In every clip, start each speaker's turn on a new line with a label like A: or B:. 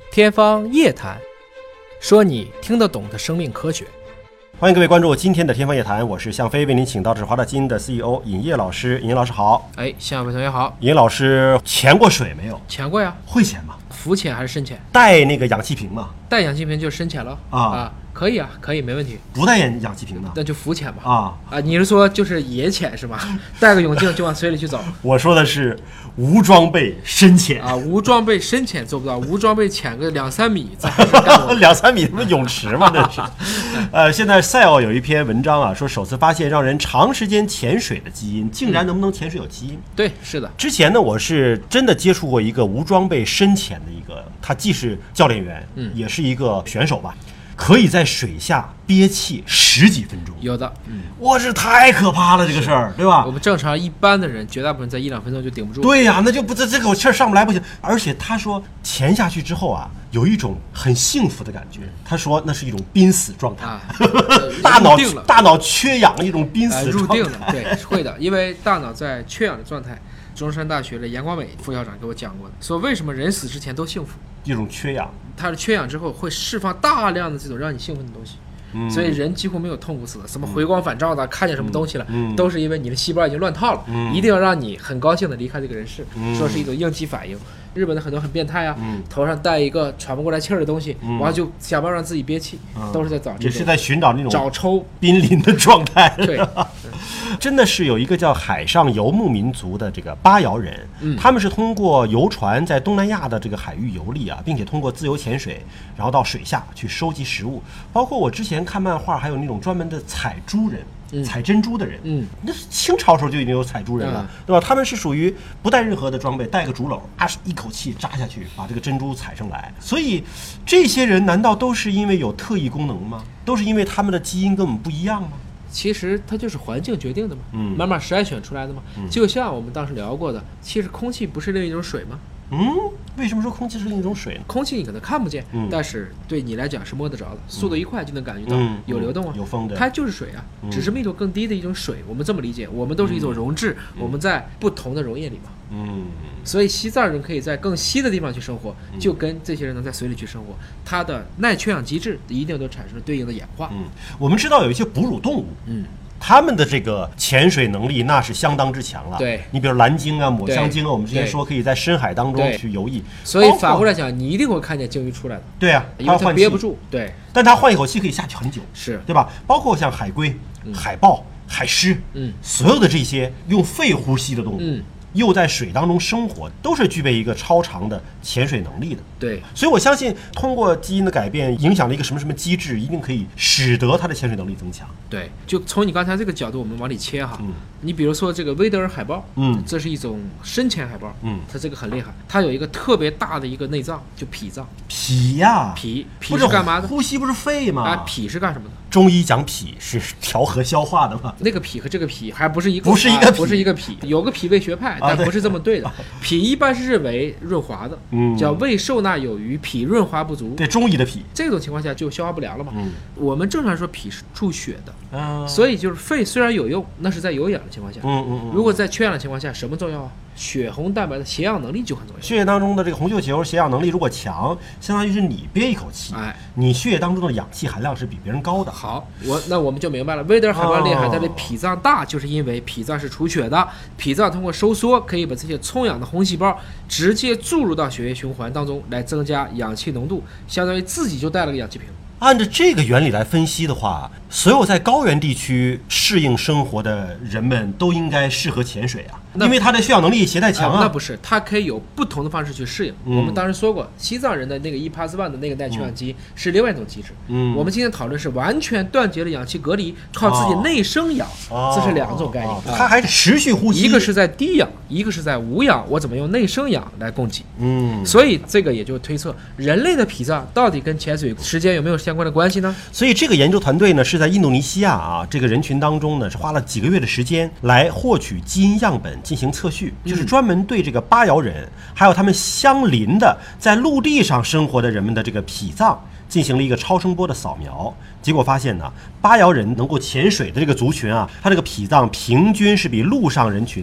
A: 天方夜谭，说你听得懂的生命科学。
B: 欢迎各位关注今天的天方夜谭，我是向飞，为您请到的是华大基因的 CEO 尹烨老师。尹烨老师好。
A: 向飞同学好。
B: 尹老师潜过水没有？
A: 潜过呀。
B: 会潜吗？
A: 浮潜还是深潜？
B: 带那个氧气瓶吗？
A: 带氧气瓶就是深潜了啊。可以啊，可以，没问题。
B: 不带氧气瓶的，
A: 那就浮潜吧。你是说就是野潜是吗？戴个泳镜就往水里去走？我
B: 说的是无装备深潜
A: 啊，无装备深潜做不到，无装备潜个2-3米，这还是干我
B: 2-3米，什么泳池吗？这是。现在 Cell 有一篇文章啊，说首次发现让人长时间潜水的基因，竟然能不能潜水有基因？
A: 对，是的。
B: 之前呢，我是真的接触过一个无装备深潜的一个，他既是教练员，也是一个选手吧。可以在水下憋气10几分钟，
A: 有的，
B: 哇，这太可怕了，这个事儿，对吧？
A: 我们正常一般的人，绝大部分在1-2分钟就顶不住。
B: 对呀，那就不这口气儿上不来不行。而且他说潜下去之后啊，有一种很幸福的感觉。他说那是一种濒死状态，大脑缺氧的一种濒死状态。
A: 入定了，对，会的，因为大脑在缺氧的状态。中山大学的严光美副校长给我讲过的，说为什么人死之前都幸福？
B: 一种缺氧，
A: 他是缺氧之后会释放大量的这种让你兴奋的东西，所以人几乎没有痛苦死的，什么回光返照的，看见什么东西了，都是因为你的细胞已经乱套了，一定要让你很高兴的离开这个人世，说是一种应激反应。日本的很多很变态啊，头上戴一个喘不过来气儿的东西，然后就想办法让自己憋气，都是在找这种，
B: 也是在寻找那种
A: 找抽
B: 濒临的状态。
A: 对，
B: 真的是有一个叫海上游牧民族的这个巴瑶人，他们是通过游船在东南亚的这个海域游历啊，并且通过自由潜水，然后到水下去收集食物。包括我之前看漫画，还有那种专门的采珠人。采珍珠的人，那是清朝时候就已经有采珠人了，对吧？他们是属于不带任何的装备，带个竹篓，一口气扎下去，把这个珍珠采上来。所以这些人难道都是因为有特异功能吗？都是因为他们的基因跟我们不一样吗？
A: 其实它就是环境决定的嘛，慢慢筛选出来的嘛。就像我们当时聊过的，其实空气不是另一种水吗？
B: 为什么说空气是另一种水呢？
A: 空气你可能看不见，但是对你来讲是摸得着的，速度一快就能感觉到有流动啊，
B: 有风的，
A: 它就是水啊，只是密度更低的一种水。我们这么理解，我们都是一种溶质，我们在不同的溶液里嘛。所以西藏人可以在更稀的地方去生活，就跟这些人能在水里去生活，它的耐缺氧机制一定都产生了对应的演化。
B: 我们知道有一些哺乳动物，他们的这个潜水能力那是相当之强了。
A: 对，
B: 你比如蓝鲸啊、抹香鲸啊，我们之前说可以在深海当中去游弋。
A: 所以反过来讲，你一定会看见鲸鱼出来的。
B: 对啊，
A: 因为它憋不住。对，
B: 但它换一口气可以下去很久，
A: 是
B: 对吧？包括像海龟、海豹、海狮，所有的这些用肺呼吸的动物。又在水当中生活，都是具备一个超长的潜水能力的。
A: 对，
B: 所以我相信通过基因的改变影响了一个什么机制，一定可以使得它的潜水能力增强。
A: 对，就从你刚才这个角度我们往里切哈，你比如说这个威德尔海豹，这是一种深潜海豹，它这个很厉害，它有一个特别大的一个内脏，就脾脏。
B: 脾呀，
A: 脾是干嘛的？
B: 呼吸不是肺吗？
A: 脾是干什么的？
B: 中医讲脾是调和消化的嘛。
A: 那个脾和这个脾还不是一个，
B: 不是
A: 一个脾，有个脾胃学派，但不是这么对的。脾一般是认为润滑的，叫胃受纳有余，脾润滑不足。
B: 对，中医的脾，
A: 这种情况下就消化不良了嘛。我们正常说脾是助血的，所以就是肺虽然有用，那是在有氧的情况下。如果在缺氧的情况下，什么重要啊？血红蛋白的携氧能力就很重要。
B: 血液当中的这个红血球携氧能力如果强，相当于是你憋一口气，你血液当中的氧气含量是比别人高的。
A: 好，那我们就明白了，威德尔海豹厉害，它的脾脏大，就是因为脾脏是储血的，脾脏通过收缩可以把这些充氧的红细胞直接注入到血液循环当中，来增加氧气浓度，相当于自己就带了个氧气瓶。
B: 按照这个原理来分析的话，所有在高原地区适应生活的人们都应该适合潜水啊，因为它的血氧能力携带强啊。
A: 那不是，它可以有不同的方式去适应。我们当时说过，西藏人的那个1+1的那个耐缺氧机是另外一种机制。我们今天讨论是完全断绝了氧气隔离，靠自己内生氧，这是两种概念。
B: 它还是持续呼吸，
A: 一个是在低氧，一个是在无氧，我怎么用内生氧来供给？所以这个也就推测，人类的脾脏到底跟潜水时间有没有相关的关系呢？
B: 所以这个研究团队呢是在印度尼西亚啊这个人群当中呢是花了几个月的时间来获取基因样本进行测序，就是专门对这个巴瑶人还有他们相邻的在陆地上生活的人们的这个脾脏进行了一个超声波的扫描，结果发现呢，巴瑶人能够潜水的这个族群啊，它这个脾脏平均是比陆上人群大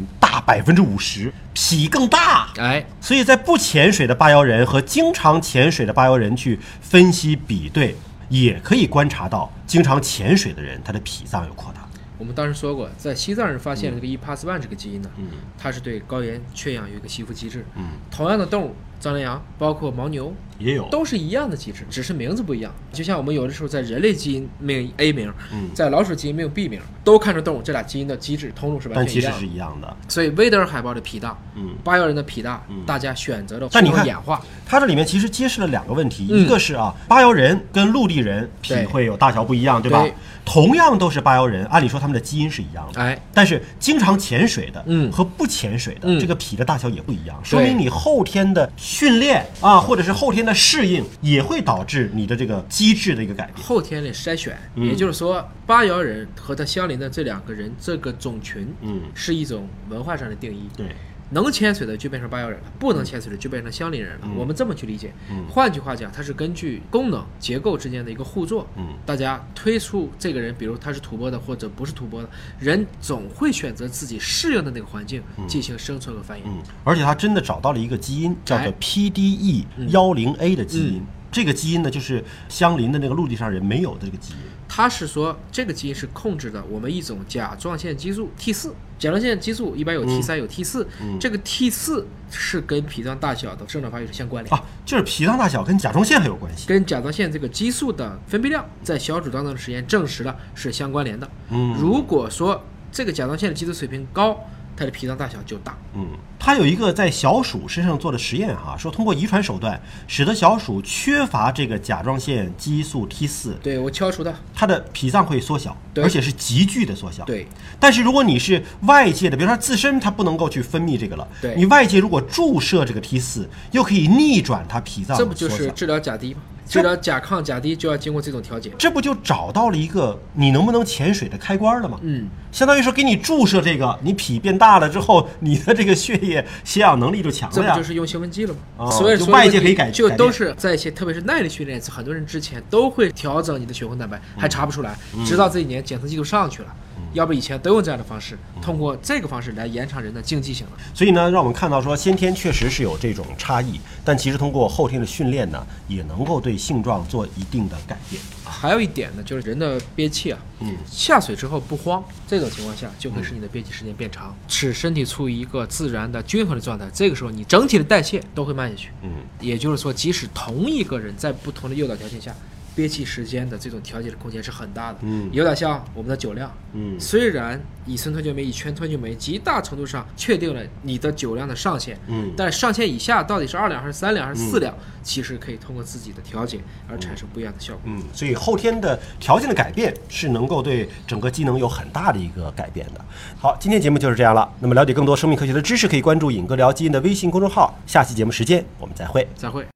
B: 50%，脾更大。
A: 哎，
B: 所以在不潜水的八爻人和经常潜水的八爻人去分析比对，也可以观察到经常潜水的人他的脾脏有扩大。
A: 我们当时说过，在西藏人发现了这个EPAS1这个基因呢，它是对高原缺氧有一个吸附机制。同样的动物，藏羚羊包括牦牛
B: 也有，
A: 都是一样的机制，只是名字不一样。就像我们有的时候在人类基因命 A 名，在老鼠基因命 B 名，都看出动物这俩基因的机制通路是完全一样的，
B: 但其实是一样的。
A: 所以威德尔海豹的脾大，八爻人的脾大，大家选择了
B: 但你看
A: 演化。
B: 它这里面其实揭示了2个问题，一个是八爻人跟陆地人脾会有大小不一样，对吧？同样都是八爻人，按理说他们的基因是一样的，
A: 哎，
B: 但是经常潜水的和不潜水的这个脾的大小也不一样，说明你后天的训练或者是后天的适应也会导致你的这个机制的一个改变。
A: 后天的筛选，也就是说，八爻人和他相邻的这2个人这个种群，是一种文化上的定义。
B: 对。
A: 能潜水的就变成八爻人了，不能潜水的就变成相邻人了。我们这么去理解。换句话讲，它是根据功能结构之间的一个互作。大家推出这个人，比如他是吐蕃的或者不是吐蕃的人，总会选择自己适应的那个环境进行生存和繁衍。
B: 而且他真的找到了一个基因，叫做 PDE10A 的基因。这个基因呢，就是相邻的那个陆地上人没有的这个基因。
A: 它是说这个基因是控制的我们一种甲状腺激素 T4， 甲状腺激素一般有 T3 有 T4，这个 T4是跟脾脏大小的生长发育是相关联
B: 就是脾脏大小跟甲状腺还有关系，
A: 跟甲状腺这个激素的分泌量，在小鼠当中的实验证实了是相关联的。如果说这个甲状腺的激素水平高，它的脾脏大小就大。
B: 他有一个在小鼠身上做的实验说通过遗传手段使得小鼠缺乏这个甲状腺激素 T4，
A: 对，我敲除
B: 它的脾脏会缩小，而且是急剧的缩小。
A: 对，
B: 但是如果你是外界的，比如说它自身它不能够去分泌这个了，
A: 对，
B: 你外界如果注射这个 T4， 又可以逆转它脾脏的缩小。
A: 这不就是治疗甲低吗？治疗甲亢甲低就要经过这种调节，
B: 这不就找到了一个你能不能潜水的开关了吗？相当于说给你注射这个，你脾变大了之后，你的这个血液血氧能力就强了呀。
A: 这不就是用兴奋剂了吗？
B: 所以外界可以改，
A: 就都是在一些特别是耐力训练，很多人之前都会调整你的血红蛋白，还查不出来，直到这一年检测技术上去了。要不以前都用这样的方式，通过这个方式来延长人的竞技性了。
B: 所以呢，让我们看到说先天确实是有这种差异，但其实通过后天的训练呢，也能够对性状做一定的改变。
A: 还有一点呢，就是人的憋气下水之后不慌，这种情况下就会使你的憋气时间变长，使身体处于一个自然的均衡的状态。这个时候你整体的代谢都会慢下去。也就是说，即使同一个人在不同的诱导条件下，憋气时间的这种调节的空间是很大的。有点像我们的酒量。虽然乙醇吞酒酶、乙醛吞酒酶极大程度上确定了你的酒量的上限，但上限以下到底是2两还是3两还是4两，其实可以通过自己的调节而产生不一样的效果。
B: 所以后天的条件的改变是能够对整个机能有很大的一个改变的。好，今天节目就是这样了。那么了解更多生命科学的知识，可以关注尹哥聊基因的微信公众号。下期节目时间我们再会。